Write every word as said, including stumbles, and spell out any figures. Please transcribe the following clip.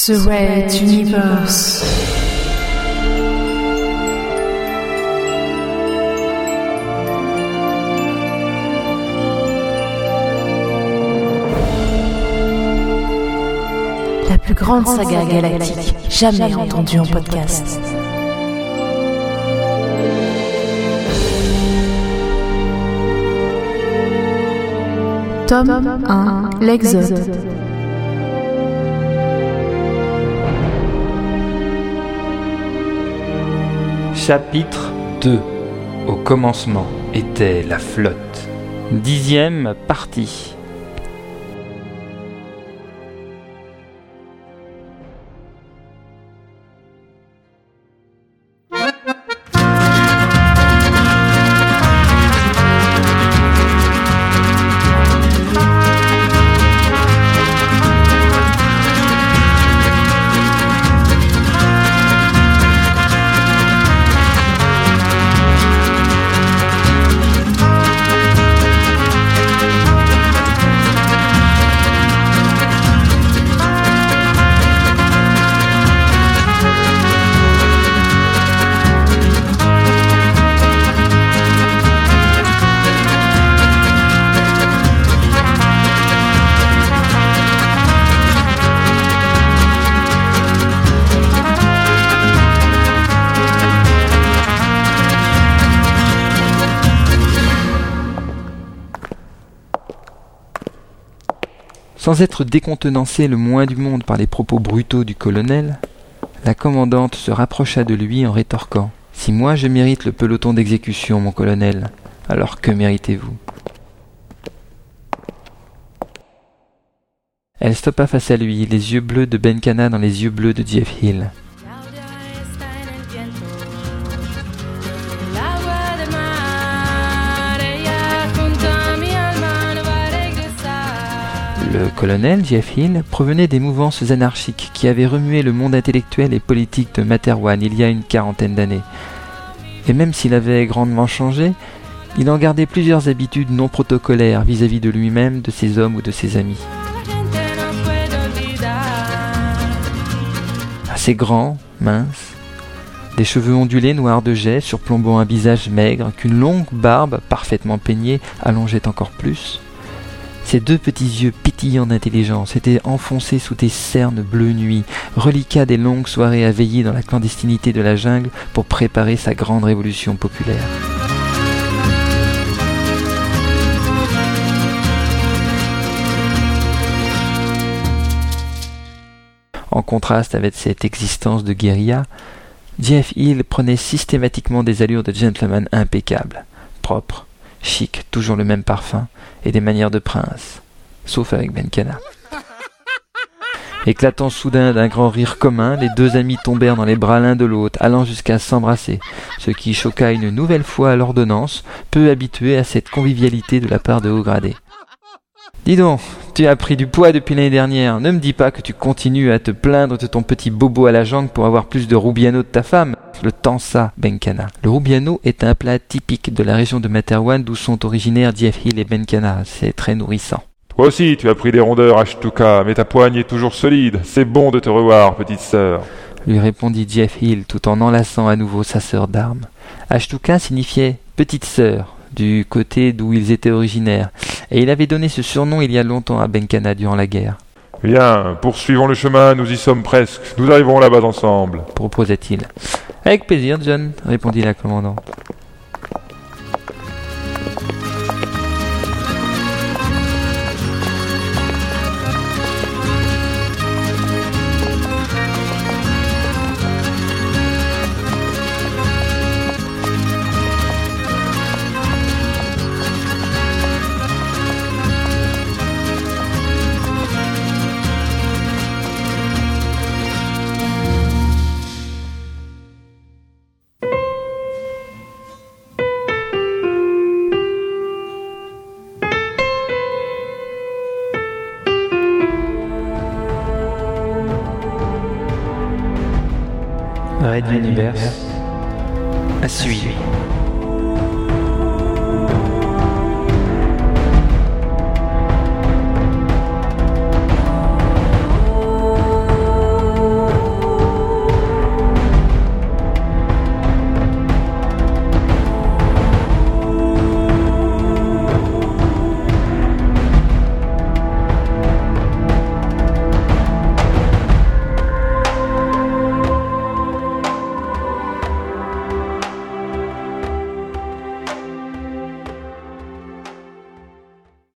The Red Universe. La plus grande saga galactique jamais entendue en podcast. Tome un, l'Exode. Chapitre deux. Au commencement était la flotte. Dixième partie. Sans être décontenancée le moins du monde par les propos brutaux du colonel, la commandante se rapprocha de lui en rétorquant « Si moi je mérite le peloton d'exécution, mon colonel, alors que méritez-vous » Elle stoppa face à lui, les yeux bleus de Benkana dans les yeux bleus de Jeff Hill. Le colonel Jeff Hill provenait des mouvances anarchiques qui avaient remué le monde intellectuel et politique de Materwan il y a une quarantaine d'années. Et même s'il avait grandement changé, il en gardait plusieurs habitudes non protocolaires vis-à-vis de lui-même, de ses hommes ou de ses amis. Assez grand, mince, des cheveux ondulés noirs de jais surplombant un visage maigre qu'une longue barbe parfaitement peignée allongeait encore plus. Ses deux petits yeux pétillants d'intelligence étaient enfoncés sous des cernes bleues nuit, reliquats des longues soirées à veiller dans la clandestinité de la jungle pour préparer sa grande révolution populaire. En contraste avec cette existence de guérilla, Jeff Hill prenait systématiquement des allures de gentleman impeccable, propre, chic, toujours le même parfum, et des manières de prince, sauf avec Benkana. Éclatant soudain d'un grand rire commun, les deux amis tombèrent dans les bras l'un de l'autre, allant jusqu'à s'embrasser, ce qui choqua une nouvelle fois l'ordonnance, peu habituée à cette convivialité de la part de haut gradés. « Dis donc, tu as pris du poids depuis l'année dernière, ne me dis pas que tu continues à te plaindre de ton petit bobo à la jambe pour avoir plus de roubiano de ta femme. Le temps ça, Benkana. » Le roubiano est un plat typique de la région de Materwan d'où sont originaires Jeff Hill et Benkana. C'est très nourrissant. Toi aussi, tu as pris des rondeurs, Ashtuka, mais ta poigne est toujours solide. C'est bon de te revoir, petite sœur. Lui répondit Jeff Hill tout en enlaçant à nouveau sa sœur d'armes. Ashtuka signifiait petite sœur, du côté d'où ils étaient originaires, et il avait donné ce surnom il y a longtemps à Benkana durant la guerre. Bien, poursuivons le chemin, nous y sommes presque. Nous arriverons là-bas ensemble, proposait-il. Avec plaisir, John, répondit la commandante. Red Universe à suivre.